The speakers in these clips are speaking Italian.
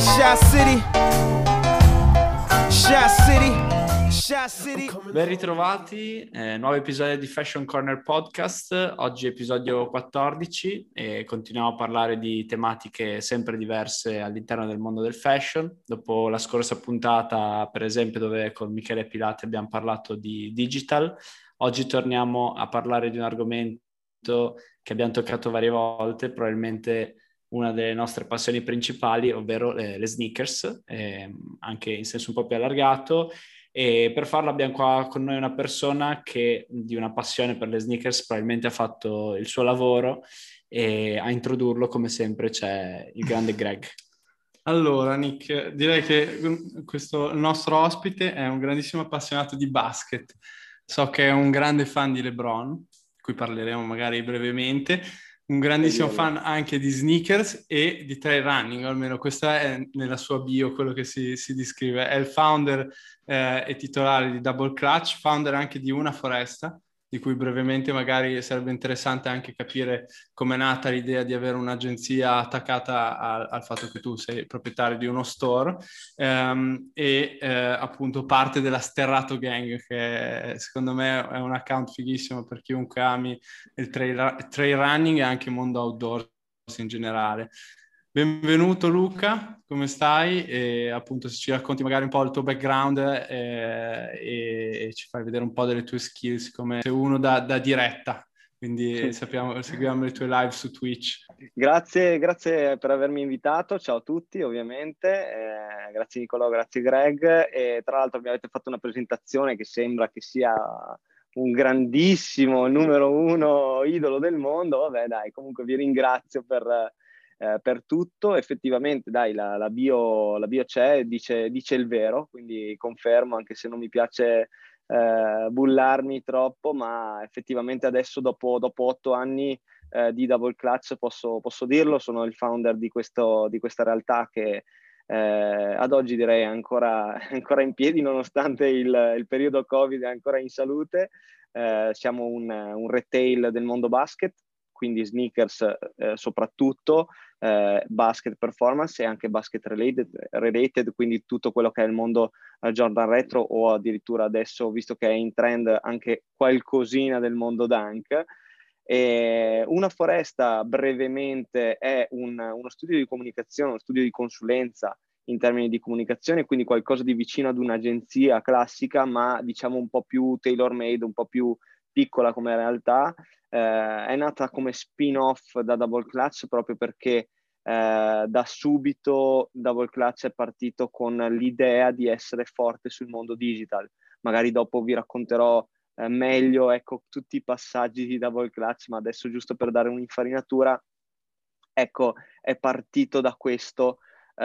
Shot City, Shot City, Shot City. Ben ritrovati, nuovo episodio di Fashion Corner Podcast, oggi episodio 14 e continuiamo a parlare di tematiche sempre diverse all'interno del mondo del fashion. Dopo la scorsa puntata, per esempio, dove con Michele Pilati abbiamo parlato di digital, oggi torniamo a parlare di un argomento che abbiamo toccato varie volte, probabilmente una delle nostre passioni principali, ovvero le sneakers, anche in senso un po' più allargato. E per farlo abbiamo qua con noi una persona che di una passione per le sneakers probabilmente ha fatto il suo lavoro, e a introdurlo come sempre c'è il grande Greg. Allora, Nick, direi che il nostro ospite è un grandissimo appassionato di basket. So che è un grande fan di LeBron, di cui parleremo magari brevemente, un grandissimo fan anche di sneakers e di trail running, almeno questa è nella sua bio quello che si descrive. È il founder e titolare di Double Clutch, founder anche di Una Foresta, di cui brevemente magari sarebbe interessante anche capire come è nata l'idea di avere un'agenzia attaccata al fatto che tu sei proprietario di uno store appunto parte della Sterrato Gang, che secondo me è un account fighissimo per chiunque ami il trail running e anche il mondo outdoors in generale. Benvenuto Luca, come stai? E appunto se ci racconti magari un po' il tuo background e ci fai vedere un po' delle tue skills come sei uno da diretta, quindi seguiamo le tue live su Twitch. Grazie per avermi invitato, ciao a tutti ovviamente, grazie Nicolò, grazie Greg, e tra l'altro mi avete fatto una presentazione che sembra che sia un grandissimo numero uno idolo del mondo. Vabbè dai, comunque vi ringrazio per tutto. Effettivamente dai, la bio c'è, dice il vero, quindi confermo, anche se non mi piace bullarmi troppo, ma effettivamente adesso dopo 8 anni di Double Clutch posso dirlo, sono il founder di questa realtà che ad oggi direi è ancora in piedi nonostante il periodo Covid, è ancora in salute. Siamo un retail del mondo basket, quindi sneakers soprattutto, basket performance e anche basket related, quindi tutto quello che è il mondo Jordan Retro, o addirittura adesso, visto che è in trend, anche qualcosina del mondo Dunk. Una Foresta brevemente è uno studio di comunicazione, uno studio di consulenza in termini di comunicazione, quindi qualcosa di vicino ad un'agenzia classica, ma diciamo un po' più tailor made, un po' più piccola come realtà. È nata come spin-off da Double Clutch proprio perché da subito Double Clutch è partito con l'idea di essere forte sul mondo digital. Magari dopo vi racconterò meglio, ecco, tutti i passaggi di Double Clutch, ma adesso giusto per dare un'infarinatura, ecco, è partito da questo,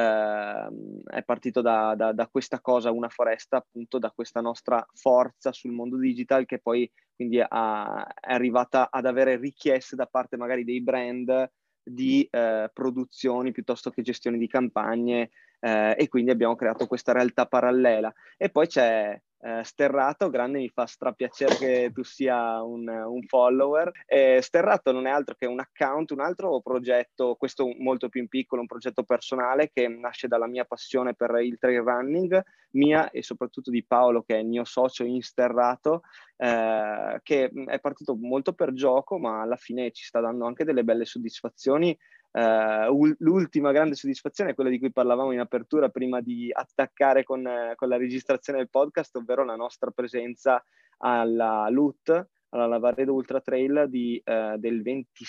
è partito da questa cosa, Una Foresta, appunto, da questa nostra forza sul mondo digital, che poi quindi è arrivata ad avere richieste da parte magari dei brand di produzioni piuttosto che gestione di campagne, e quindi abbiamo creato questa realtà parallela. E poi c'è Sterrato, grande, mi fa strapiacere che tu sia un follower. Sterrato non è altro che un account, un altro progetto, questo molto più in piccolo, un progetto personale che nasce dalla mia passione per il trail running, mia e soprattutto di Paolo, che è il mio socio in Sterrato, che è partito molto per gioco, ma alla fine ci sta dando anche delle belle soddisfazioni. L'ultima grande soddisfazione è quella di cui parlavamo in apertura prima di attaccare con la registrazione del podcast, ovvero la nostra presenza alla LUT, alla Lavaredo Ultra Trail del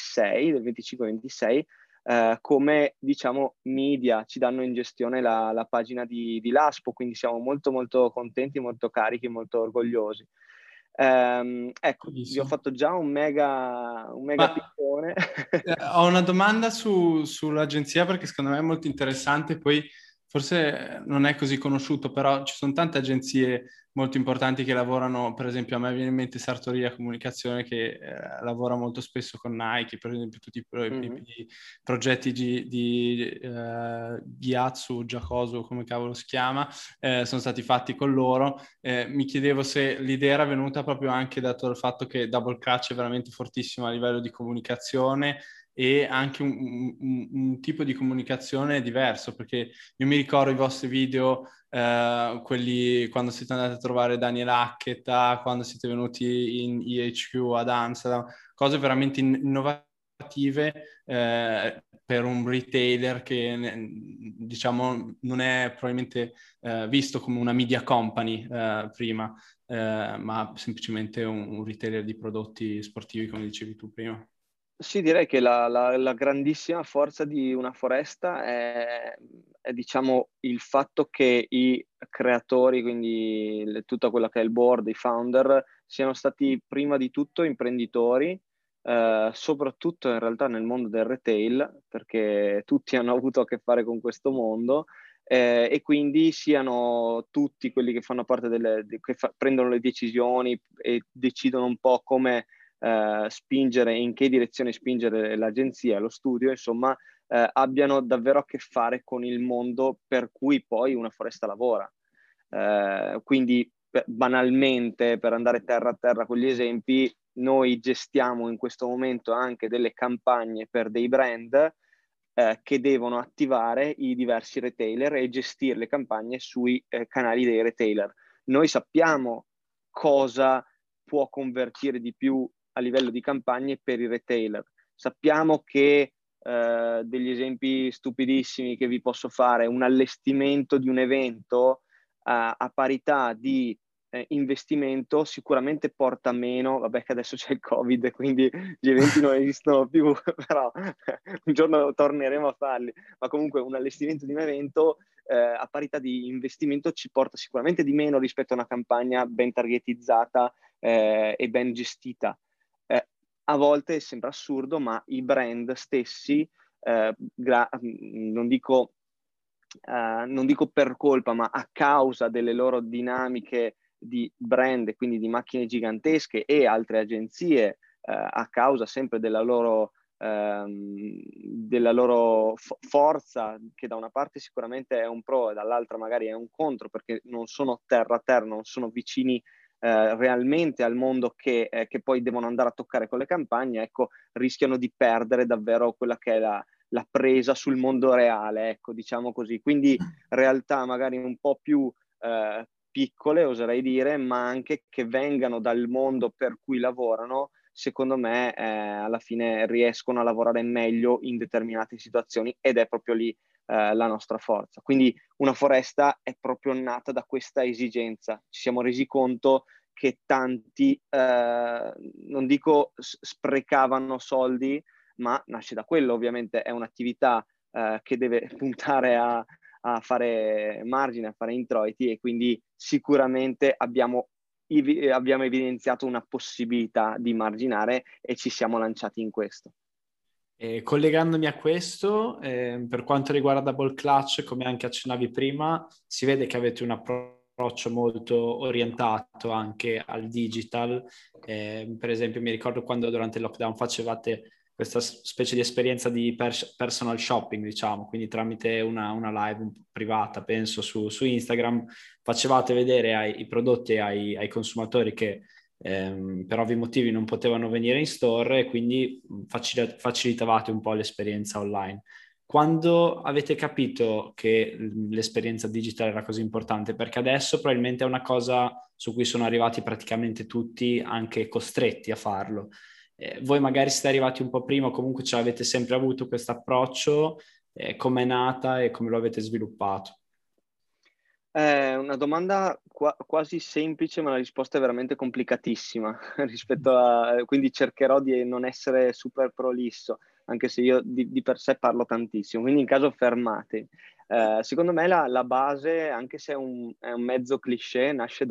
25-26, come diciamo media ci danno in gestione la pagina di Laspo, quindi siamo molto molto contenti, molto carichi, molto orgogliosi. Ecco, vi ho fatto già un mega piccone. Ho una domanda sull'agenzia, perché secondo me è molto interessante, poi forse non è così conosciuto, però ci sono tante agenzie molto importanti che lavorano. Per esempio a me viene in mente Sartoria Comunicazione, che lavora molto spesso con Nike, per esempio tutti i progetti di Gyatso, Giacoso, come cavolo si chiama, sono stati fatti con loro. Mi chiedevo se l'idea era venuta proprio anche dato dal fatto che Double Clutch è veramente fortissimo a livello di comunicazione e anche un tipo di comunicazione diverso, perché io mi ricordo i vostri video, quelli quando siete andati a trovare Daniel Hackett, quando siete venuti in EHQ ad Amsterdam, cose veramente innovative per un retailer che diciamo non è probabilmente visto come una media company prima, ma semplicemente un retailer di prodotti sportivi, come dicevi tu prima. Sì, direi che la grandissima forza di una foresta è, diciamo, il fatto che i creatori, quindi tutto quello che è il board, i founder, siano stati prima di tutto imprenditori, soprattutto in realtà nel mondo del retail, perché tutti hanno avuto a che fare con questo mondo, e quindi siano tutti quelli che fanno parte prendono le decisioni e decidono un po' come spingere, in che direzione spingere l'agenzia, lo studio, insomma, abbiano davvero a che fare con il mondo per cui poi una foresta lavora. Quindi banalmente, per andare terra a terra con gli esempi, noi gestiamo in questo momento anche delle campagne per dei brand che devono attivare i diversi retailer e gestire le campagne sui canali dei retailer. Noi sappiamo cosa può convertire di più a livello di campagne per i retailer. Sappiamo che degli esempi stupidissimi che vi posso fare, un allestimento di un evento a parità di investimento sicuramente porta meno, vabbè che adesso c'è il Covid, quindi gli eventi non esistono più, però un giorno torneremo a farli, ma comunque un allestimento di un evento a parità di investimento ci porta sicuramente di meno rispetto a una campagna ben targetizzata e ben gestita. A volte sembra assurdo, ma i brand stessi, non dico per colpa, ma a causa delle loro dinamiche di brand, quindi di macchine gigantesche e altre agenzie, a causa sempre della loro forza, che da una parte sicuramente è un pro e dall'altra magari è un contro, perché non sono terra a terra, non sono vicini realmente al mondo che poi devono andare a toccare con le campagne, ecco, rischiano di perdere davvero quella che è la presa sul mondo reale, ecco, diciamo così. Quindi realtà magari un po' più piccole, oserei dire, ma anche che vengano dal mondo per cui lavorano, secondo me alla fine riescono a lavorare meglio in determinate situazioni ed è proprio lì la nostra forza. Quindi una foresta è proprio nata da questa esigenza. Ci siamo resi conto che tanti, non dico sprecavano soldi, ma nasce da quello. Ovviamente è un'attività che deve puntare a fare margine, a fare introiti, e quindi sicuramente abbiamo evidenziato una possibilità di marginare e ci siamo lanciati in questo. Collegandomi a questo, per quanto riguarda Double Clutch, come anche accennavi prima, si vede che avete un approccio molto orientato anche al digital. Per esempio, mi ricordo quando durante il lockdown facevate questa specie di esperienza di personal shopping, diciamo, quindi tramite una live privata, penso, su Instagram, facevate vedere i prodotti ai consumatori che per ovvi motivi non potevano venire in store e quindi facilitavate un po' l'esperienza online. Quando avete capito che l'esperienza digitale era così importante? Perché adesso probabilmente è una cosa su cui sono arrivati praticamente tutti, anche costretti a farlo. Voi magari siete arrivati un po' prima, o comunque ce l'avete sempre avuto questo approccio, come è nata e come lo avete sviluppato? È una domanda quasi semplice, ma la risposta è veramente complicatissima quindi cercherò di non essere super prolisso, anche se io di per sé parlo tantissimo, quindi in caso fermate. Secondo me la base, anche se è un mezzo cliché, nasce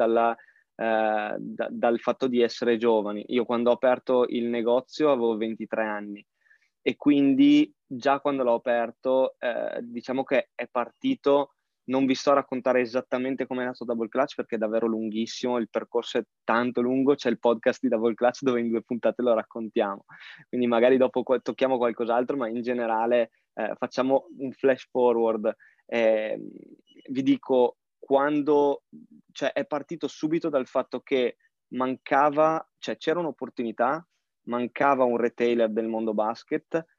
dal fatto di essere giovani. Io quando ho aperto il negozio avevo 23 anni e quindi già quando l'ho aperto, diciamo che è partito. Non vi sto a raccontare esattamente come è nato Double Clutch perché è davvero lunghissimo, il percorso è tanto lungo, c'è il podcast di Double Clutch dove in 2 puntate lo raccontiamo, quindi magari dopo tocchiamo qualcos'altro, ma in generale facciamo un flash forward. Vi dico, cioè, è partito subito dal fatto che c'era un'opportunità, mancava un retailer del mondo basket,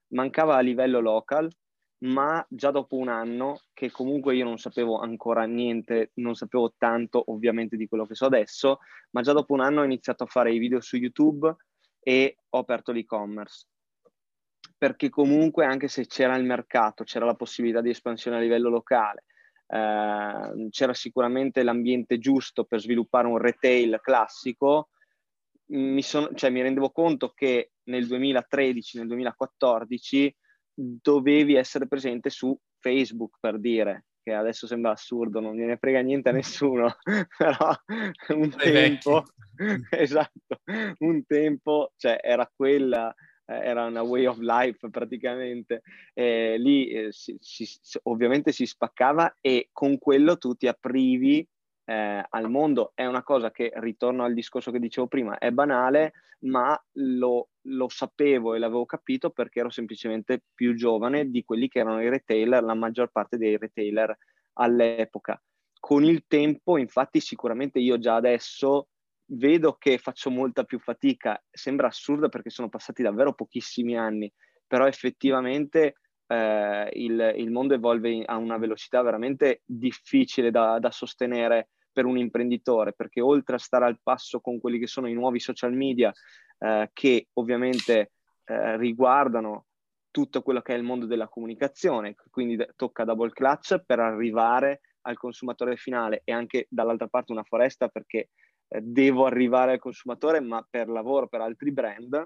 mancava a livello local, ma già dopo un anno, che comunque io non sapevo ancora niente, non sapevo tanto ovviamente di quello che so adesso, ma già dopo un anno ho iniziato a fare i video su YouTube e ho aperto l'e-commerce. Perché comunque anche se c'era il mercato, c'era la possibilità di espansione a livello locale, c'era sicuramente l'ambiente giusto per sviluppare un retail classico, mi rendevo conto che nel 2013, nel 2014 dovevi essere presente su Facebook, per dire, che adesso sembra assurdo, non gliene frega niente a nessuno, però un tempo, esatto, un tempo, cioè era quella, era una way of life praticamente, lì ovviamente si spaccava e con quello tu ti aprivi al mondo. È una cosa che, ritorno al discorso che dicevo prima, è banale, ma lo sapevo e l'avevo capito perché ero semplicemente più giovane di quelli che erano i retailer, la maggior parte dei retailer all'epoca. Con il tempo, infatti, sicuramente io già adesso vedo che faccio molta più fatica. Sembra assurdo perché sono passati davvero pochissimi anni, però effettivamente il mondo evolve a una velocità veramente difficile da sostenere per un imprenditore, perché oltre a stare al passo con quelli che sono i nuovi social media, che ovviamente riguardano tutto quello che è il mondo della comunicazione, quindi tocca double clutch per arrivare al consumatore finale, e anche dall'altra parte una foresta perché devo arrivare al consumatore, ma per lavoro, per altri brand.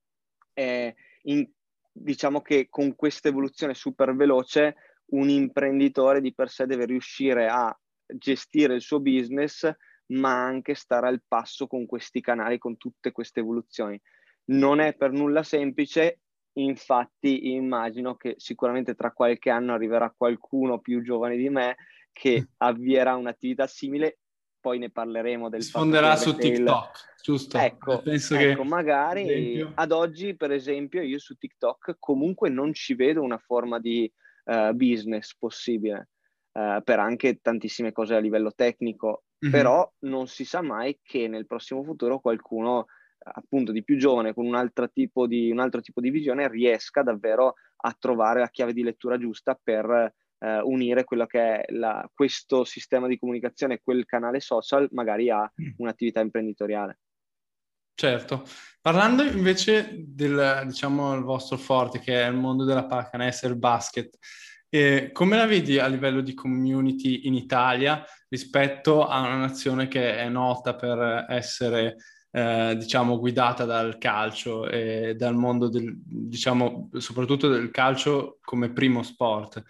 Diciamo che con questa evoluzione super veloce un imprenditore di per sé deve riuscire a gestire il suo business, ma anche stare al passo con questi canali, con tutte queste evoluzioni. Non è per nulla semplice, infatti immagino che sicuramente tra qualche anno arriverà qualcuno più giovane di me che avvierà un'attività simile, poi ne parleremo del fatto che Sfonderà il su retail... TikTok, giusto? Ecco, Penso che, ad magari esempio... ad oggi, per esempio, io su TikTok comunque non ci vedo una forma di business possibile, per anche tantissime cose a livello tecnico, però non si sa mai che nel prossimo futuro qualcuno, appunto di più giovane, con un altro tipo di visione, riesca davvero a trovare la chiave di lettura giusta per unire quello che è questo sistema di comunicazione, quel canale social, magari a un'attività imprenditoriale. Certo. Parlando invece del, diciamo, il vostro forte, che è il mondo della pallacanestro e il basket, come la vedi a livello di community in Italia rispetto a una nazione che è nota per essere, diciamo, guidata dal calcio e dal mondo del, diciamo, soprattutto del calcio come primo sport?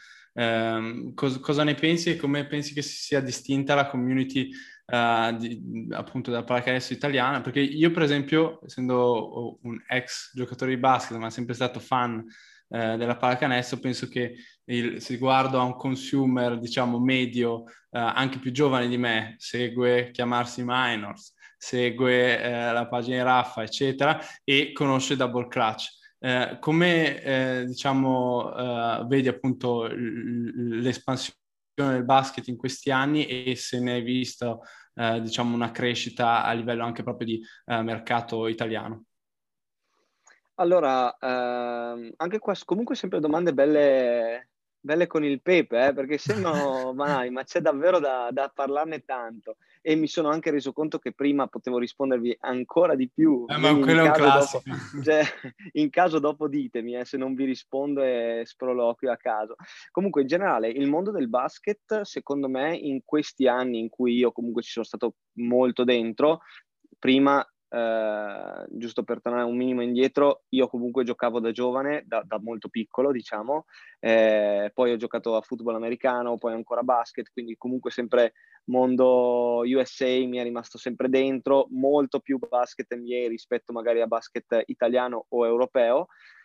Cosa ne pensi e come pensi che si sia distinta la community appunto della pallacanestro italiana? Perché io, per esempio, essendo un ex giocatore di basket, ma sempre stato fan della pallacanestro, penso che se guardo a un consumer, diciamo, medio, anche più giovane di me, segue Chiamarsi Minors, segue la pagina di Raffa, eccetera, e conosce Double Clutch. Come diciamo vedi appunto l'espansione del basket in questi anni e se ne hai visto diciamo una crescita a livello anche proprio di mercato italiano? Allora, anche qua comunque sempre domande belle, belle con il pepe, perché sembrano banali, ma c'è davvero da parlarne tanto. E mi sono anche reso conto che prima potevo rispondervi ancora di più. Ma quello è un classico. Cioè, in caso dopo ditemi, se non vi rispondo e sproloquio a caso. Comunque, in generale, il mondo del basket, secondo me, in questi anni in cui io comunque ci sono stato molto dentro, prima... giusto per tornare un minimo indietro, io comunque giocavo da giovane, da molto piccolo, diciamo, poi ho giocato a football americano, poi ancora basket, quindi comunque sempre mondo USA mi è rimasto sempre dentro, molto più basket NBA rispetto magari a basket italiano o europeo,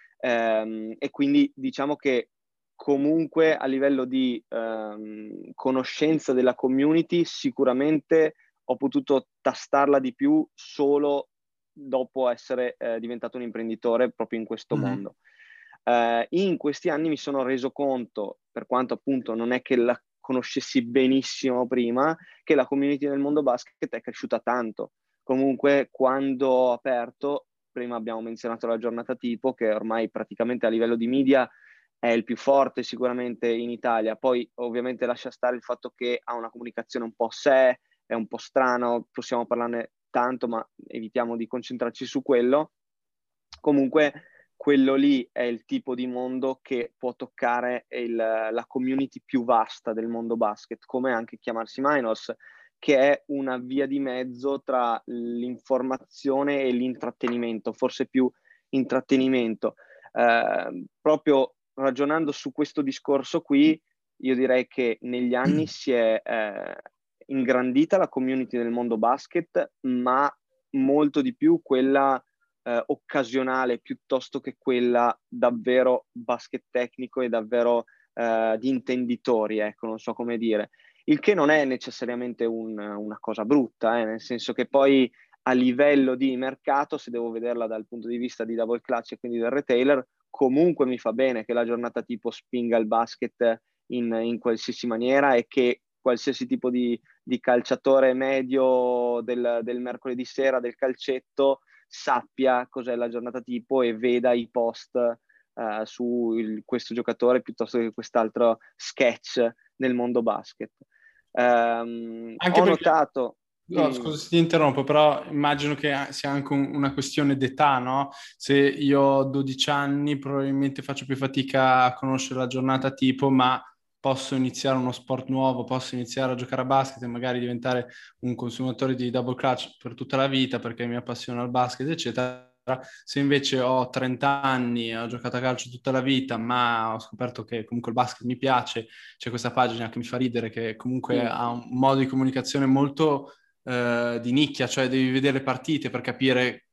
e quindi diciamo che comunque a livello di conoscenza della community sicuramente ho potuto tastarla di più solo dopo essere diventato un imprenditore proprio in questo mondo. In questi anni mi sono reso conto, per quanto appunto non è che la conoscessi benissimo prima, che la community nel mondo basket è cresciuta tanto. Comunque quando ho aperto prima abbiamo menzionato la giornata tipo, che ormai praticamente a livello di media è il più forte sicuramente in Italia. Poi ovviamente lascia stare il fatto che ha una comunicazione un po' sé, è un po' strano, possiamo parlarne tanto, ma evitiamo di concentrarci su quello. Comunque quello lì è il tipo di mondo che può toccare la community più vasta del mondo basket, come anche chiamarsi Minors, che è una via di mezzo tra l'informazione e l'intrattenimento, forse più intrattenimento. Proprio ragionando su questo discorso qui, io direi che negli anni si è ingrandita la community del mondo basket, ma molto di più quella occasionale piuttosto che quella davvero basket tecnico e davvero di intenditori, ecco, non so come dire. Il che non è necessariamente una cosa brutta, nel senso che poi a livello di mercato, se devo vederla dal punto di vista di Double Clutch e quindi del retailer, comunque mi fa bene che la giornata tipo spinga il basket in qualsiasi maniera e che qualsiasi tipo di calciatore medio del mercoledì sera del calcetto sappia cos'è la giornata tipo e veda i post su questo giocatore piuttosto che quest'altro sketch nel mondo basket. Anche Ho perché... notato... No, scusa se ti interrompo, però immagino che sia anche una questione d'età, no? Se io ho 12 anni probabilmente faccio più fatica a conoscere la giornata tipo, ma posso iniziare uno sport nuovo, posso iniziare a giocare a basket e magari diventare un consumatore di Double Clutch per tutta la vita perché mi appassiona il basket, eccetera. Se invece ho 30 anni, ho giocato a calcio tutta la vita, ma ho scoperto che comunque il basket mi piace, c'è questa pagina che mi fa ridere, che comunque ha un modo di comunicazione molto di nicchia, cioè devi vedere le partite per capire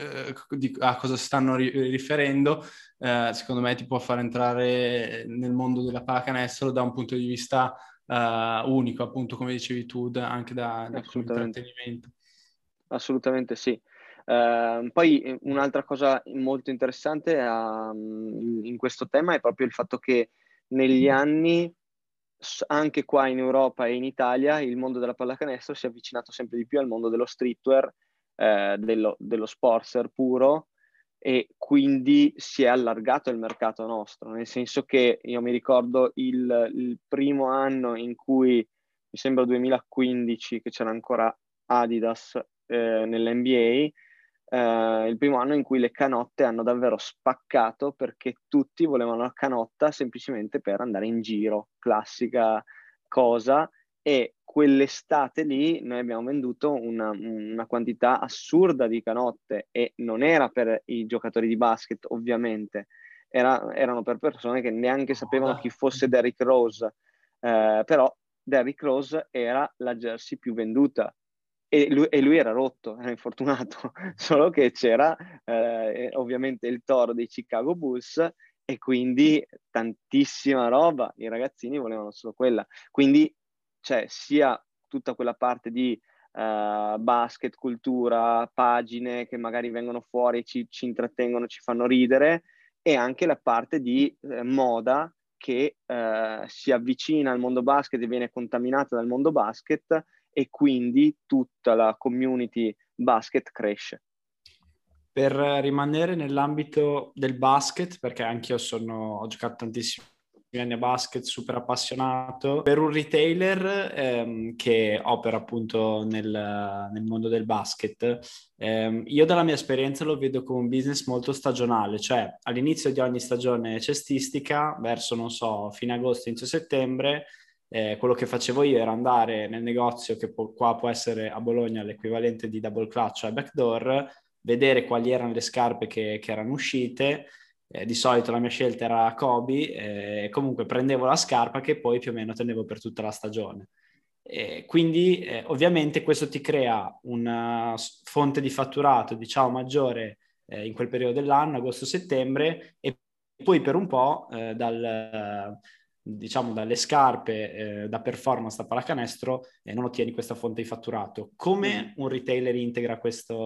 a cosa stanno riferendo, secondo me ti può far entrare nel mondo della pallacanestro da un punto di vista unico, appunto come dicevi tu, anche da come intrattenimento. Assolutamente sì. Poi un'altra cosa molto interessante in questo tema è proprio il fatto che negli anni, anche qua in Europa e in Italia, il mondo della pallacanestro si è avvicinato sempre di più al mondo dello streetwear, dello sportser puro, e quindi si è allargato il mercato nostro, nel senso che io mi ricordo il primo anno in cui, mi sembra 2015, che c'era ancora Adidas nell'NBA, il primo anno in cui le canotte hanno davvero spaccato perché tutti volevano la canotta semplicemente per andare in giro, classica cosa, e quell'estate lì noi abbiamo venduto una quantità assurda di canotte e non era per i giocatori di basket ovviamente, erano per persone che neanche sapevano chi fosse Derrick Rose, però Derrick Rose era la jersey più venduta. E lui era rotto, era infortunato, solo che c'era ovviamente il toro dei Chicago Bulls e quindi tantissima roba, i ragazzini volevano solo quella. Quindi c'è sia tutta quella parte di basket, cultura, pagine che magari vengono fuori, ci intrattengono, ci fanno ridere, e anche la parte di moda che si avvicina al mondo basket e viene contaminata dal mondo basket, e quindi tutta la community basket cresce. Per rimanere nell'ambito del basket, perché anch'io ho giocato tantissimi anni a basket, super appassionato, per un retailer che opera appunto nel mondo del basket, io dalla mia esperienza lo vedo come un business molto stagionale, cioè all'inizio di ogni stagione cestistica, verso, non so, fine agosto, inizio settembre, quello che facevo io era andare nel negozio che qua può essere a Bologna l'equivalente di Double Clutch a Backdoor, vedere quali erano le scarpe che erano uscite. Di solito la mia scelta era Kobe, comunque prendevo la scarpa che poi più o meno tenevo per tutta la stagione. Quindi ovviamente questo ti crea una fonte di fatturato diciamo maggiore in quel periodo dell'anno, agosto-settembre, e poi per un po' diciamo dalle scarpe da performance da pallacanestro non ottieni questa fonte di fatturato. Come un retailer integra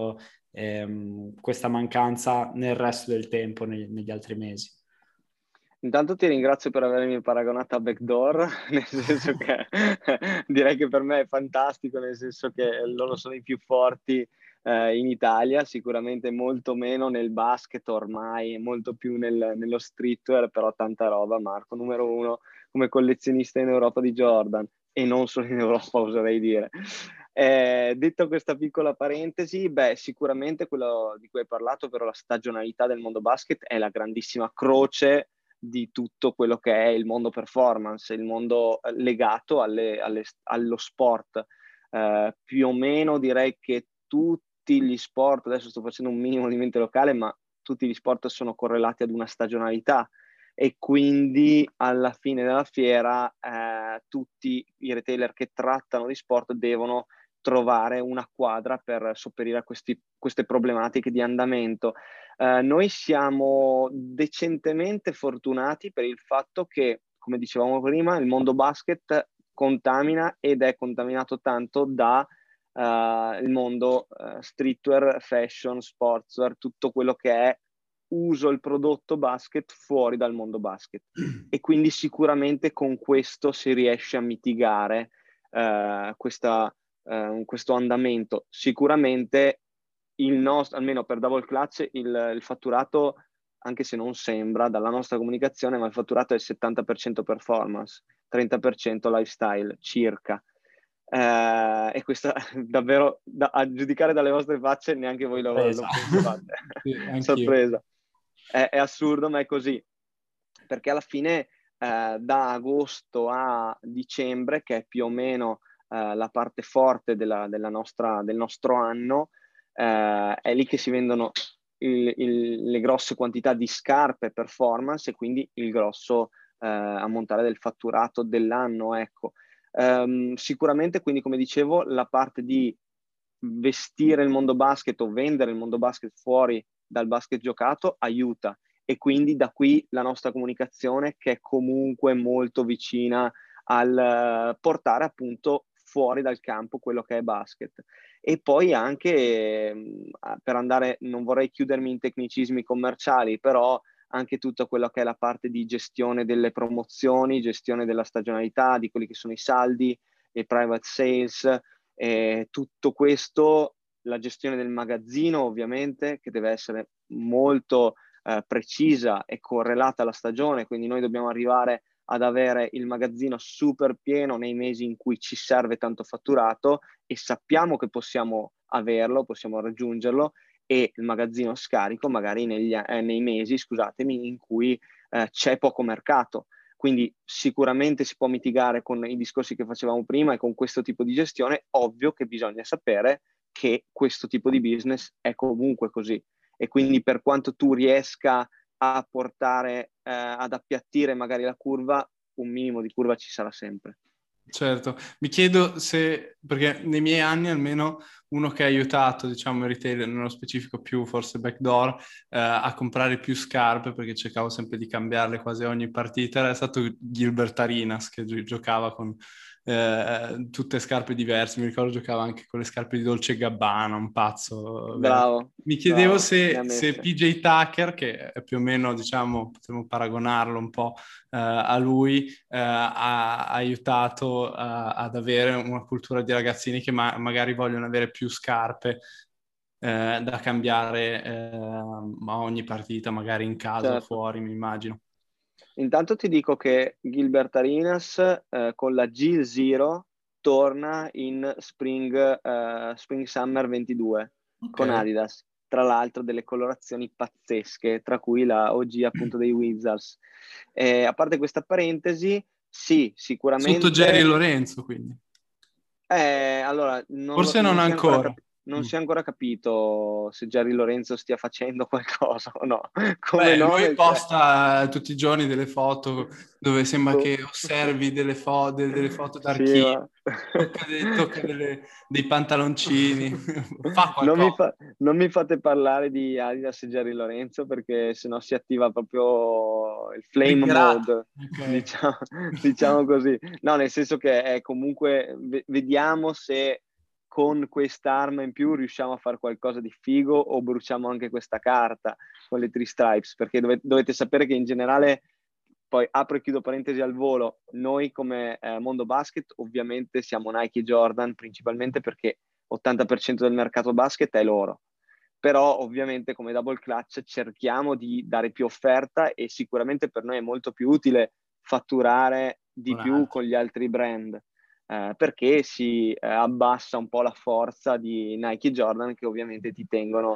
questa mancanza nel resto del tempo, negli altri mesi? Intanto ti ringrazio per avermi paragonato a Backdoor, nel senso che direi che per me è fantastico, nel senso che loro sono i più forti in Italia, sicuramente molto meno nel basket ormai, molto più nello streetwear, però tanta roba. Marco, numero uno come collezionista in Europa di Jordan, e non solo in Europa, oserei dire. Detto questa piccola parentesi, sicuramente quello di cui hai parlato, ovvero la stagionalità del mondo basket, è la grandissima croce di tutto quello che è il mondo performance, il mondo legato allo sport. Più o meno direi che tutti gli sport, adesso sto facendo un minimo di mente locale, ma tutti gli sport sono correlati ad una stagionalità, e quindi alla fine della fiera tutti i retailer che trattano di sport devono trovare una quadra per sopperire a queste problematiche di andamento. Noi siamo decentemente fortunati per il fatto che, come dicevamo prima, il mondo basket contamina, ed è contaminato tanto da il mondo streetwear, fashion, sportswear, tutto quello che è uso il prodotto basket fuori dal mondo basket, e quindi sicuramente con questo si riesce a mitigare questo andamento. Sicuramente il nostro, almeno per Double Clutch, il fatturato, anche se non sembra dalla nostra comunicazione, ma il fatturato è il 70% performance, 30% lifestyle circa. E questa davvero, a giudicare dalle vostre facce, neanche voi lo pensavate. Sì, anch'io. Sorpresa. È assurdo, ma è così, perché alla fine da agosto a dicembre, che è più o meno la parte forte del nostro anno, è lì che si vendono le grosse quantità di scarpe performance, e quindi il grosso ammontare del fatturato dell'anno, ecco. Sicuramente, quindi, come dicevo, la parte di vestire il mondo basket o vendere il mondo basket fuori dal basket giocato aiuta, e quindi da qui la nostra comunicazione, che è comunque molto vicina al portare appunto fuori dal campo quello che è basket. E poi anche per andare, non vorrei chiudermi in tecnicismi commerciali, però anche tutta quella che è la parte di gestione delle promozioni, gestione della stagionalità, di quelli che sono i saldi, i private sales, tutto questo, la gestione del magazzino ovviamente, che deve essere molto precisa e correlata alla stagione, quindi noi dobbiamo arrivare ad avere il magazzino super pieno nei mesi in cui ci serve tanto fatturato, e sappiamo che possiamo averlo, possiamo raggiungerlo, e il magazzino scarico magari nei mesi, scusatemi, in cui c'è poco mercato. Quindi sicuramente si può mitigare con i discorsi che facevamo prima e con questo tipo di gestione. Ovvio che bisogna sapere che questo tipo di business è comunque così, e quindi per quanto tu riesca a portare ad appiattire magari la curva, un minimo di curva ci sarà sempre. Certo, mi chiedo se, perché nei miei anni almeno uno che ha aiutato, diciamo, il retailer, nello specifico più forse Backdoor, a comprare più scarpe, perché cercavo sempre di cambiarle quasi ogni partita, era stato Gilbert Arenas, che giocava con tutte scarpe diverse. Mi ricordo giocava anche con le scarpe di Dolce & Gabbana, un pazzo. Bravo. Mi chiedevo bravo, se PJ Tucker, che è più o meno, diciamo, potremmo paragonarlo un po' a lui, ha aiutato ad avere una cultura di ragazzini che magari vogliono avere più scarpe da cambiare a ogni partita, magari in casa o certo. fuori, mi immagino. Intanto ti dico che Gilbert Arenas con la G Zero torna in Spring Summer 22 con Adidas, tra l'altro delle colorazioni pazzesche, tra cui la OG appunto dei Wizards. A parte questa parentesi, sì, sicuramente... Sotto Jerry Lorenzo, quindi. Allora, Forse non ancora. Non si è ancora capito se Jerry Lorenzo stia facendo qualcosa o no. Come no? Lui posta tutti i giorni delle foto dove sembra che osservi delle foto d'archivio, tocca dei pantaloncini, fa qualcosa. Non mi fate parlare di Adidas e Jerry Lorenzo, perché sennò si attiva proprio il flame mode, okay. diciamo così. No, nel senso che è comunque, vediamo se con quest'arma in più riusciamo a fare qualcosa di figo, o bruciamo anche questa carta con le Three Stripes, perché dovete sapere che in generale, poi apro e chiudo parentesi al volo, noi come mondo basket ovviamente siamo Nike e Jordan, principalmente perché 80% del mercato basket è loro. Però ovviamente come Double Clutch cerchiamo di dare più offerta e sicuramente per noi è molto più utile fatturare di più con gli altri brand, perché si abbassa un po' la forza di Nike e Jordan, che ovviamente ti tengono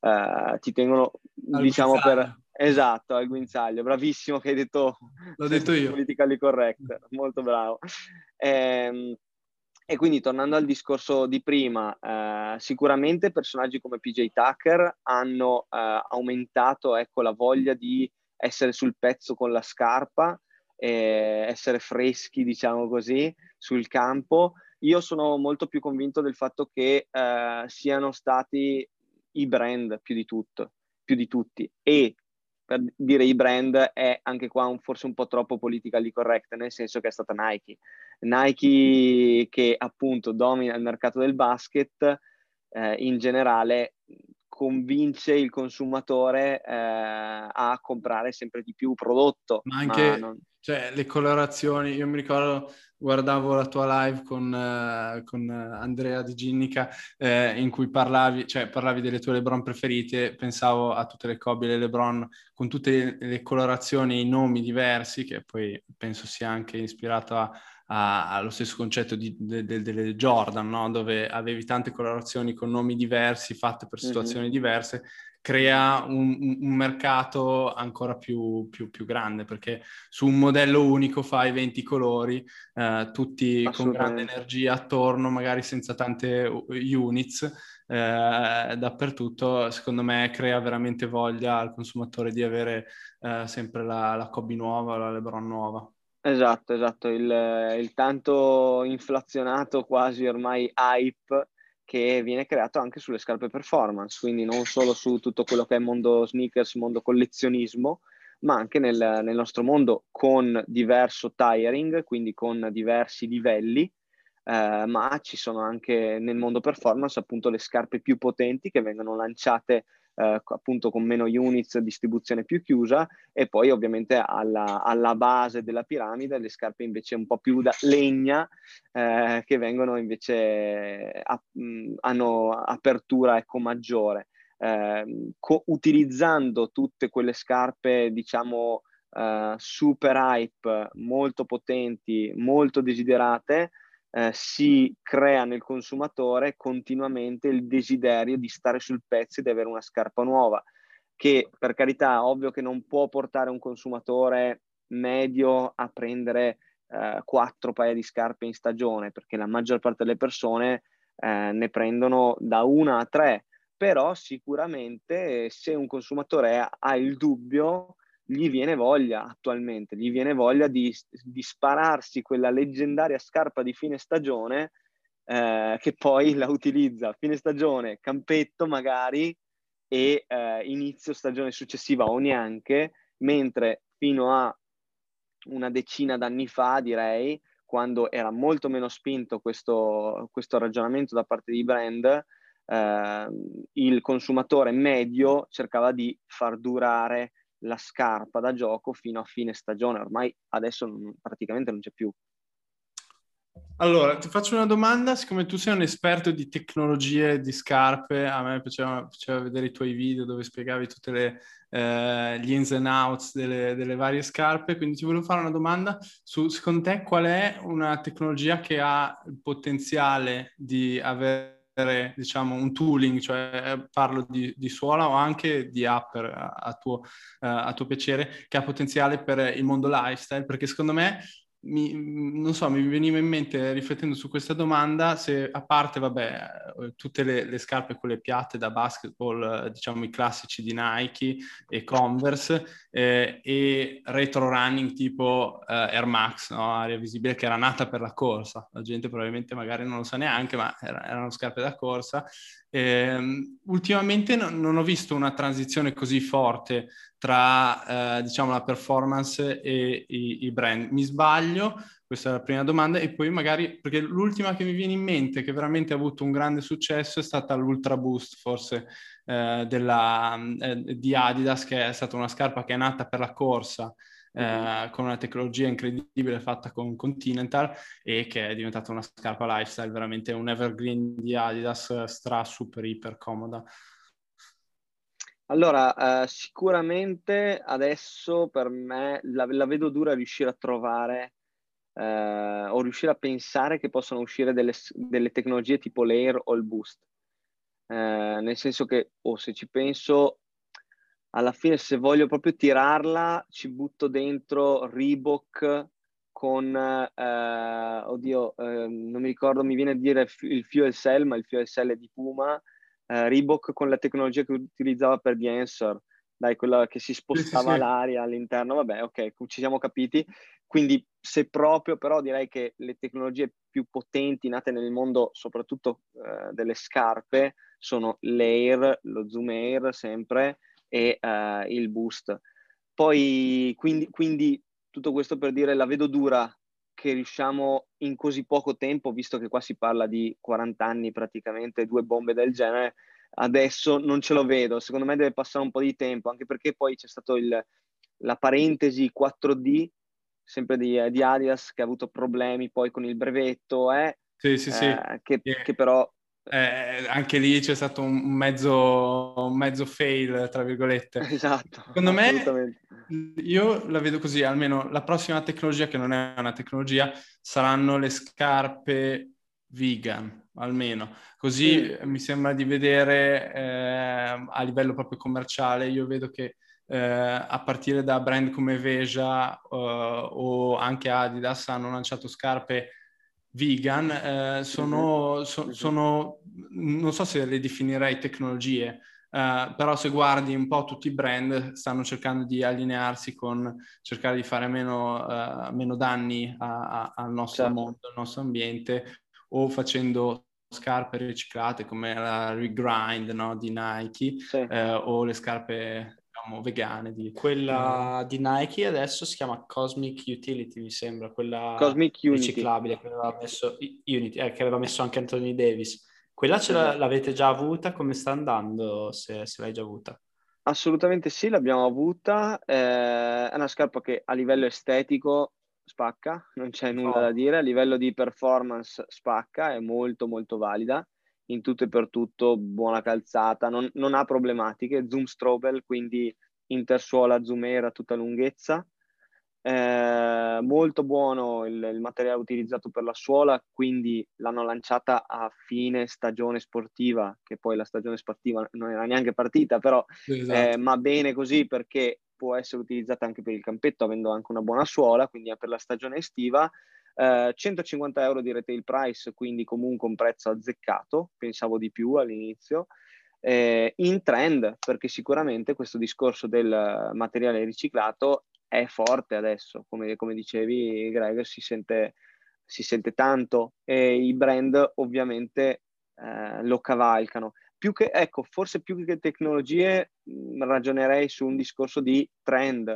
diciamo esatto, al guinzaglio. Bravissimo che hai detto, l'ho detto io. politically correct, molto bravo. E quindi tornando al discorso di prima, sicuramente personaggi come PJ Tucker hanno aumentato, ecco, la voglia di essere sul pezzo con la scarpa, essere freschi, diciamo così, sul campo. Io sono molto più convinto del fatto che siano stati i brand più di tutti. E per dire i brand è anche qua forse un po' troppo politically correct, nel senso che è stata Nike che appunto domina il mercato del basket, in generale convince il consumatore a comprare sempre di più prodotto. Ma anche cioè, le colorazioni, io mi ricordo, guardavo la tua live con Andrea Di Ginnica, in cui parlavi delle tue LeBron preferite, pensavo a tutte le Kobe e le LeBron con tutte le colorazioni e i nomi diversi, che poi penso sia anche ispirato allo stesso concetto delle Jordan, no? Dove avevi tante colorazioni con nomi diversi, fatte per situazioni diverse, crea un mercato ancora più grande, perché su un modello unico fai 20 colori, tutti con grande energia attorno, magari senza tante units, dappertutto. Secondo me crea veramente voglia al consumatore di avere sempre la Kobe nuova, la LeBron nuova. Esatto, il tanto inflazionato quasi ormai hype che viene creato anche sulle scarpe performance, quindi non solo su tutto quello che è mondo sneakers, mondo collezionismo, ma anche nel nostro mondo con diverso tiering, quindi con diversi livelli, ma ci sono anche nel mondo performance appunto le scarpe più potenti che vengono lanciate appunto con meno units, distribuzione più chiusa, e poi ovviamente alla base della piramide le scarpe invece un po' più da legna, che vengono invece hanno apertura, ecco, maggiore, utilizzando tutte quelle scarpe, diciamo, super hype, molto potenti, molto desiderate. Si crea nel consumatore continuamente il desiderio di stare sul pezzo e di avere una scarpa nuova, che per carità, ovvio che non può portare un consumatore medio a prendere 4 paia di scarpe in stagione, perché la maggior parte delle persone ne prendono da 1 a 3, però sicuramente se un consumatore ha il dubbio, gli viene voglia di spararsi quella leggendaria scarpa di fine stagione, che poi la utilizza a fine stagione, campetto magari, e inizio stagione successiva o neanche, mentre fino a una decina d'anni fa, direi, quando era molto meno spinto questo ragionamento da parte di brand, il consumatore medio cercava di far durare la scarpa da gioco fino a fine stagione. Ormai adesso praticamente non c'è più. Allora, ti faccio una domanda, siccome tu sei un esperto di tecnologie di scarpe, a me piaceva vedere i tuoi video dove spiegavi tutte gli ins and outs delle varie scarpe, quindi ti volevo fare una domanda secondo te qual è una tecnologia che ha il potenziale di avere, diciamo, un tooling, cioè parlo di suola o anche di upper a tuo piacere, che ha potenziale per il mondo lifestyle, perché secondo me non so, mi veniva in mente riflettendo su questa domanda se, a parte, vabbè, tutte le scarpe, quelle piatte da basketball, diciamo i classici di Nike e Converse, e retro running tipo Air Max, no? Aria visibile, che era nata per la corsa. La gente probabilmente magari non lo sa neanche, ma erano scarpe da corsa. Ultimamente non ho visto una transizione così forte tra diciamo la performance e i brand. Mi sbaglio? Questa è la prima domanda. E poi magari, perché l'ultima che mi viene in mente che veramente ha avuto un grande successo è stata l'Ultra Boost, forse di Adidas, che è stata una scarpa che è nata per la corsa, con una tecnologia incredibile fatta con Continental e che è diventata una scarpa lifestyle, veramente un evergreen di Adidas, super iper comoda. Allora, sicuramente adesso per me la vedo dura riuscire a trovare o riuscire a pensare che possano uscire delle tecnologie tipo l'Air o il Boost. Nel senso che, se ci penso, alla fine se voglio proprio tirarla, ci butto dentro Reebok con, non mi ricordo, mi viene a dire il Fuel Cell, ma il Fuel Cell è di Puma, Reebok con la tecnologia che utilizzava per The Answer, dai, quella che si spostava Sì. l'aria all'interno, vabbè, ok, ci siamo capiti. Quindi se proprio, però direi che le tecnologie più potenti nate nel mondo, soprattutto delle scarpe, sono l'Air, lo Zoom Air sempre, e il Boost. Poi, quindi tutto questo per dire, la vedo dura che riusciamo in così poco tempo, visto che qua si parla di 40 anni praticamente, 2 bombe del genere, adesso non ce lo vedo. Secondo me deve passare un po' di tempo, anche perché poi c'è stato la parentesi 4D, sempre di Adidas, che ha avuto problemi poi con il brevetto, Sì. che però... Anche lì c'è stato un mezzo fail, tra virgolette. Esatto, Secondo me, assolutamente. io la vedo così, almeno la prossima tecnologia, che non è una tecnologia, saranno le scarpe vegan, almeno. Così mi sembra di vedere a livello proprio commerciale, io vedo che a partire da brand come Veja o anche Adidas hanno lanciato scarpe vegan, sono, non so se le definirei tecnologie, però se guardi un po' tutti i brand stanno cercando di allinearsi con cercare di fare meno danni al nostro Certo. mondo, al nostro ambiente, o facendo scarpe riciclate come la Regrind, no, di Nike, Sì. o le scarpe, diciamo, vegane Quella di Nike adesso si chiama Cosmic Utility, mi sembra, quella Cosmic Unity. riciclabile che aveva messo Unity, che aveva messo anche Anthony Davis. Quella Esatto. l'avete già avuta? Come sta andando, se l'hai già avuta? Assolutamente sì, l'abbiamo avuta. È una scarpa che a livello estetico spacca, non c'è nulla da dire. A livello di performance spacca, è molto molto valida. In tutto e per tutto, buona calzata, non ha problematiche. Zoom Strobel, quindi intersuola Zoom Air a tutta lunghezza. Molto buono il materiale utilizzato per la suola, quindi l'hanno lanciata a fine stagione sportiva, che poi la stagione sportiva non era neanche partita, però Esatto. ma bene così, perché può essere utilizzata anche per il campetto, avendo anche una buona suola, quindi per la stagione estiva. 150 euro di retail price, quindi comunque un prezzo azzeccato, pensavo di più all'inizio. In trend, perché sicuramente questo discorso del materiale riciclato è forte adesso, come dicevi Greg, si sente tanto, e i brand ovviamente lo cavalcano. Forse più che tecnologie, ragionerei su un discorso di trend,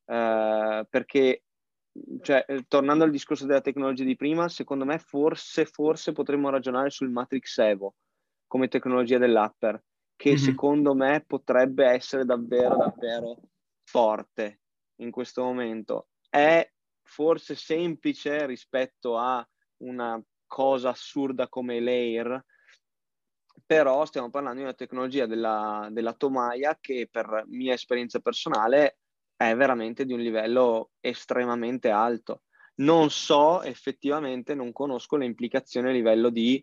perché, cioè, tornando al discorso della tecnologia di prima, secondo me forse potremmo ragionare sul Matrix Evo come tecnologia dell'upper, che secondo me potrebbe essere davvero davvero forte in questo momento. È forse semplice rispetto a una cosa assurda come l'Air, però stiamo parlando di una tecnologia della Tomaia che, per mia esperienza personale, è veramente di un livello estremamente alto. Non so, effettivamente, non conosco le implicazioni a livello di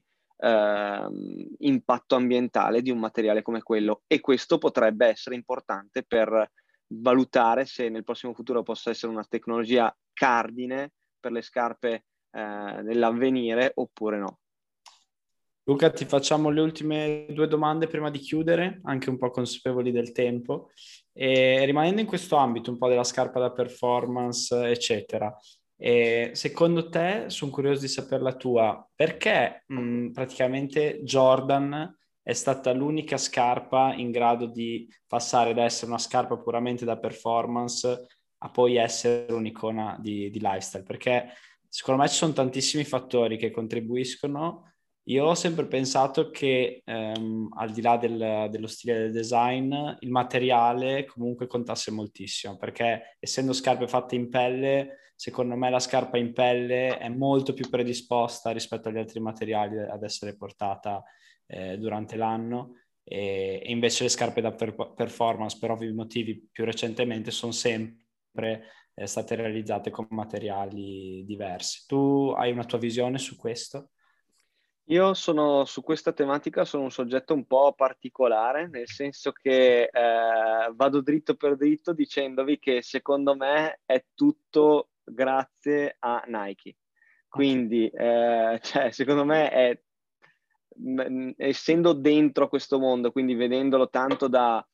impatto ambientale di un materiale come quello, e questo potrebbe essere importante per valutare se nel prossimo futuro possa essere una tecnologia cardine per le scarpe dell'avvenire oppure no. Luca, ti facciamo le ultime 2 domande prima di chiudere, anche un po' consapevoli del tempo. E rimanendo in questo ambito un po' della scarpa da performance, eccetera, secondo te, sono curioso di sapere la tua, perché praticamente Jordan è stata l'unica scarpa in grado di passare da essere una scarpa puramente da performance a poi essere un'icona di lifestyle? Perché secondo me ci sono tantissimi fattori che contribuiscono, Io ho sempre pensato che al di là dello stile del design, il materiale comunque contasse moltissimo, perché essendo scarpe fatte in pelle, secondo me la scarpa in pelle è molto più predisposta rispetto agli altri materiali ad essere portata durante l'anno, e invece le scarpe da performance, per ovvi motivi, più recentemente sono sempre state realizzate con materiali diversi. Tu hai una tua visione su questo? Io sono su questa tematica, sono un soggetto un po' particolare, nel senso che vado dritto per dritto dicendovi che secondo me è tutto grazie a Nike. Quindi, cioè, secondo me essendo dentro questo mondo, quindi vedendolo tanto da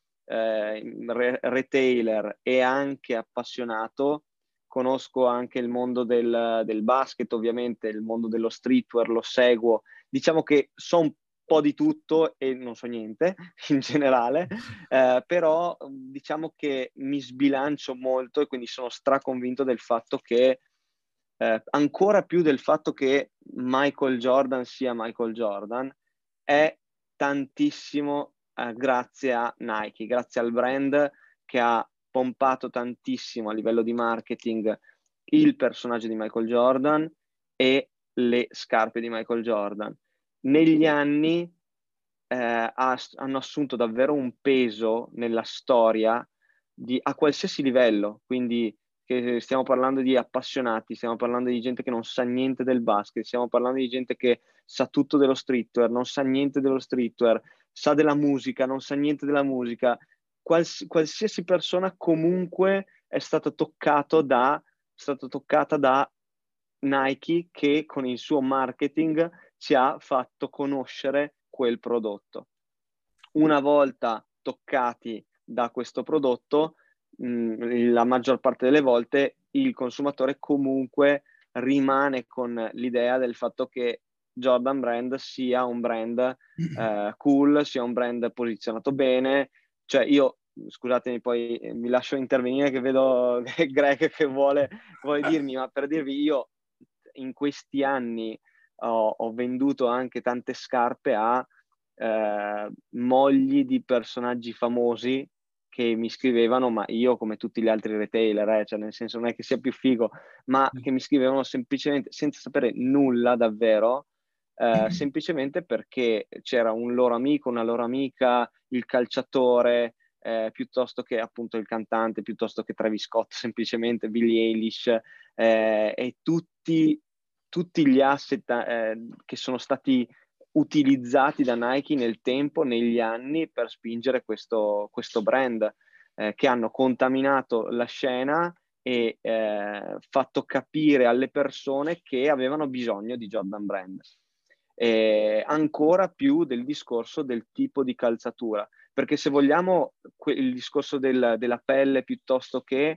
retailer e anche appassionato, conosco anche il mondo del basket, ovviamente, il mondo dello streetwear, lo seguo. Diciamo che so un po' di tutto e non so niente in generale, però diciamo che mi sbilancio molto e quindi sono straconvinto del fatto che ancora più del fatto che Michael Jordan sia Michael Jordan, è tantissimo grazie a Nike, grazie al brand che ha pompato tantissimo a livello di marketing il personaggio di Michael Jordan e le scarpe di Michael Jordan. Negli anni hanno assunto davvero un peso nella storia a qualsiasi livello, quindi che stiamo parlando di appassionati, stiamo parlando di gente che non sa niente del basket, stiamo parlando di gente che sa tutto dello streetwear, non sa niente dello streetwear, sa della musica, non sa niente della musica. Qualsiasi persona comunque è stata toccata da Nike, che con il suo marketing ci ha fatto conoscere quel prodotto. Una volta toccati da questo prodotto, la maggior parte delle volte il consumatore comunque rimane con l'idea del fatto che Jordan Brand sia un brand cool, sia un brand posizionato bene. Cioè io, scusatemi, poi mi lascio intervenire che vedo Greg che vuole dirmi, ma per dirvi, io in questi anni ho venduto anche tante scarpe a mogli di personaggi famosi che mi scrivevano, ma io come tutti gli altri retailer, cioè nel senso non è che sia più figo, ma che mi scrivevano semplicemente senza sapere nulla davvero, semplicemente perché c'era un loro amico, una loro amica, il calciatore, piuttosto che appunto il cantante, piuttosto che Travis Scott, semplicemente Billie Eilish, e tutti gli asset che sono stati utilizzati da Nike nel tempo, negli anni, per spingere questo brand, che hanno contaminato la scena e fatto capire alle persone che avevano bisogno di Jordan Brand. Ancora più del discorso del tipo di calzatura, perché se vogliamo il discorso della pelle piuttosto che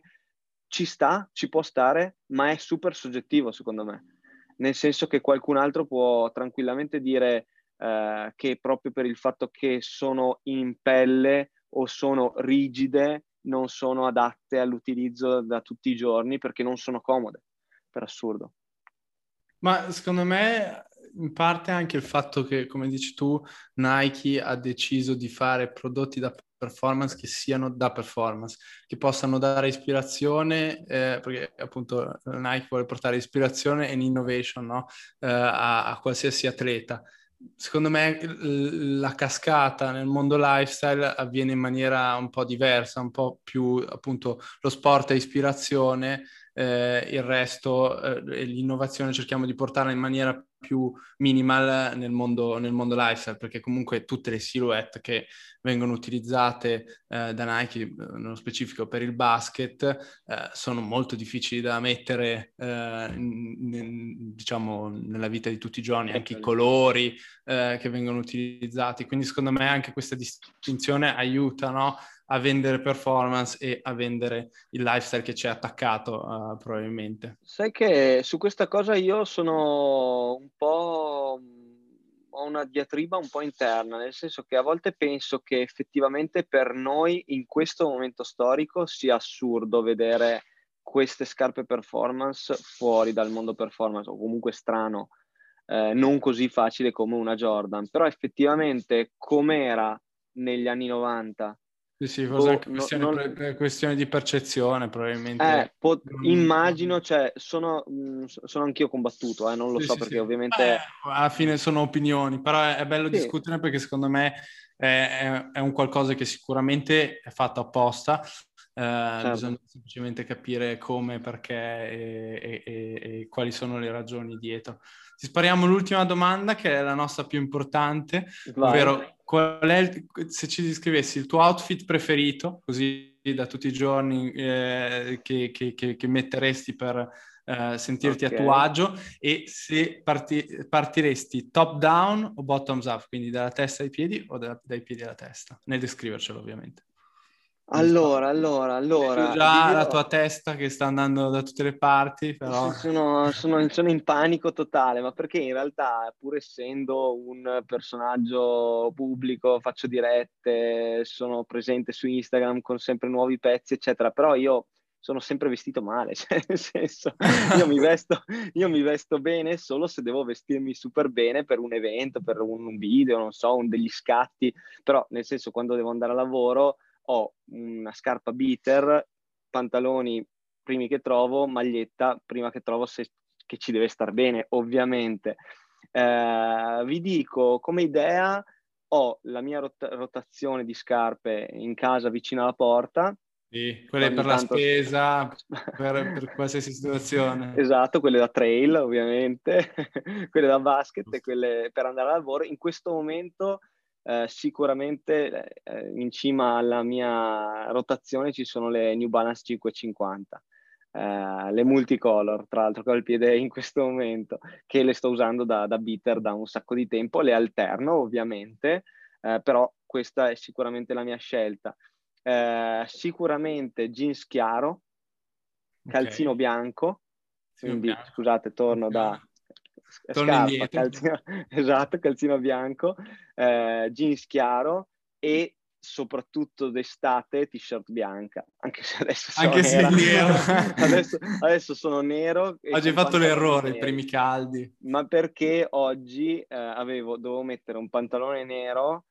ci può stare, ma è super soggettivo secondo me, nel senso che qualcun altro può tranquillamente dire che proprio per il fatto che sono in pelle o sono rigide non sono adatte all'utilizzo da tutti i giorni perché non sono comode, per assurdo. Ma secondo me in parte anche il fatto che, come dici tu, Nike ha deciso di fare prodotti da performance che siano da performance, che possano dare ispirazione, perché appunto Nike vuole portare ispirazione e innovation, no? A qualsiasi atleta. Secondo me la cascata nel mondo lifestyle avviene in maniera un po' diversa, un po' più appunto lo sport è ispirazione, il resto, l'innovazione cerchiamo di portarla in maniera più minimal nel mondo lifestyle, perché comunque tutte le silhouette che vengono utilizzate da Nike, nello specifico per il basket, sono molto difficili da mettere diciamo nella vita di tutti i giorni, anche i colori che vengono utilizzati, quindi secondo me anche questa distinzione aiuta, no? A vendere performance e a vendere il lifestyle che c'è attaccato probabilmente. Sai che su questa cosa io sono un po', ho una diatriba un po' interna, nel senso che a volte penso che effettivamente per noi in questo momento storico sia assurdo vedere queste scarpe performance fuori dal mondo performance, o comunque strano. non così facile come una Jordan, però effettivamente com'era negli anni 90. Sì, forse anche questione di percezione, probabilmente. Immagino, cioè, sono anch'io combattuto, non lo so, perché ovviamente... alla fine sono opinioni, però è bello discutere, perché secondo me è un qualcosa che sicuramente è fatto apposta. Certo. Bisogna semplicemente capire come, perché e quali sono le ragioni dietro. Ti spariamo l'ultima domanda, che è la nostra più importante. Vai. Ovvero, se ci descrivessi il tuo outfit preferito, così da tutti i giorni, che metteresti per sentirti a tuo agio, e se partiresti top down o bottoms up, quindi dalla testa ai piedi o dai piedi alla testa, nel descrivercelo ovviamente. Allora. Già la tua testa che sta andando da tutte le parti, però... Sono in panico totale, ma perché in realtà, pur essendo un personaggio pubblico, faccio dirette, sono presente su Instagram con sempre nuovi pezzi, eccetera, però io sono sempre vestito male, cioè nel senso, io mi vesto bene solo se devo vestirmi super bene per un evento, per un video, non so, degli scatti, però nel senso, quando devo andare a lavoro ho una scarpa beater, pantaloni primi che trovo, maglietta prima che trovo, che ci deve star bene, ovviamente. Vi dico, come idea, ho la mia rotazione di scarpe in casa vicino alla porta. Sì, quelle per la spesa, per qualsiasi situazione. Esatto, quelle da trail, ovviamente, quelle da basket e quelle per andare al lavoro. In questo momento... sicuramente in cima alla mia rotazione ci sono le New Balance 550, le multicolor, tra l'altro, che ho il piede in questo momento, che le sto usando da beater da un sacco di tempo, le alterno ovviamente, però questa è sicuramente la mia scelta. Sicuramente jeans chiaro, calzino bianco, quindi scusate, torno da... scarpa, calzino bianco, jeans chiaro e soprattutto d'estate t-shirt bianca, anche se adesso sono nero. adesso sono nero. Oggi hai fatto l'errore, i primi caldi. Ma perché oggi dovevo mettere un pantalone nero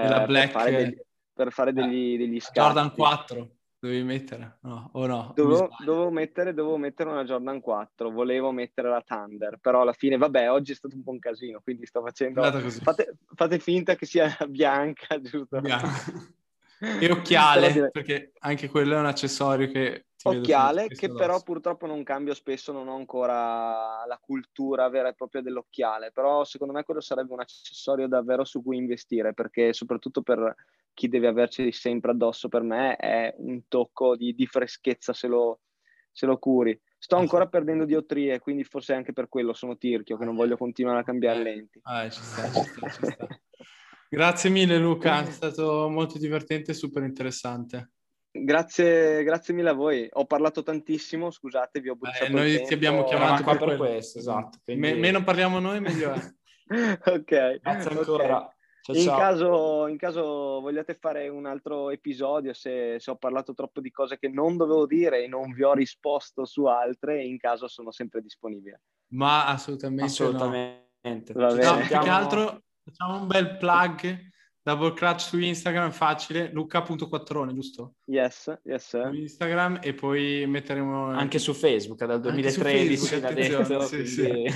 per fare degli scatti. Jordan 4. Dovevi mettere? No, o no? Dovevo mettere una Jordan 4, volevo mettere la Thunder, però alla fine, vabbè, oggi è stato un po' un casino, quindi sto facendo... Fate finta che sia bianca, giusto? Bianca. E occhiale, perché anche quello è un accessorio che... Occhiale, che però purtroppo non cambio spesso, non ho ancora la cultura vera e propria dell'occhiale, però secondo me quello sarebbe un accessorio davvero su cui investire, perché soprattutto per chi deve averceli sempre addosso, per me è un tocco di freschezza se lo curi. Sto ancora perdendo diottrie, quindi forse anche per quello sono tirchio, che non voglio continuare a cambiare lenti. Ci sta. Grazie mille Luca, è stato molto divertente e super interessante. Grazie mille a voi. Ho parlato tantissimo, scusate, vi ho bruciato il tempo. Noi ti abbiamo chiamato qua per questo, esatto. Quindi... meno parliamo noi, meglio è. Ok. Grazie ancora. Ciao. In caso vogliate fare un altro episodio, se ho parlato troppo di cose che non dovevo dire e non vi ho risposto su altre, in caso sono sempre disponibile. Ma assolutamente. Va bene. Più che altro facciamo un bel plug. Double Clutch su Instagram, facile, luca.quattrone, giusto? Yes. Su Instagram, e poi metteremo... Anche su Facebook, dal 2013 l'ha detto. Sì.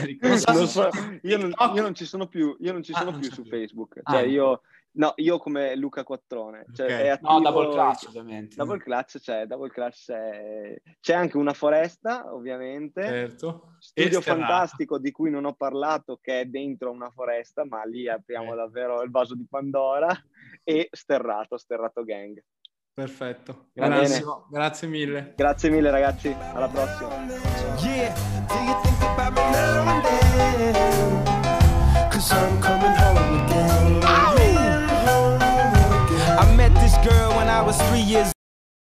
Io non ci sono più su Facebook. Cioè io come Luca Quattrone. Cioè è attivo... No, Double Clutch ovviamente. Double Clutch c'è anche una foresta, ovviamente. Certo. Studio fantastico di cui non ho parlato, che è dentro una foresta, ma lì apriamo davvero il vaso di Pandora. E Sterrato Gang. Perfetto, grazie mille. Grazie mille ragazzi, alla prossima. Yeah, do you think about me now and then? 'Cause I'm coming home again. I met this girl when I was 3 years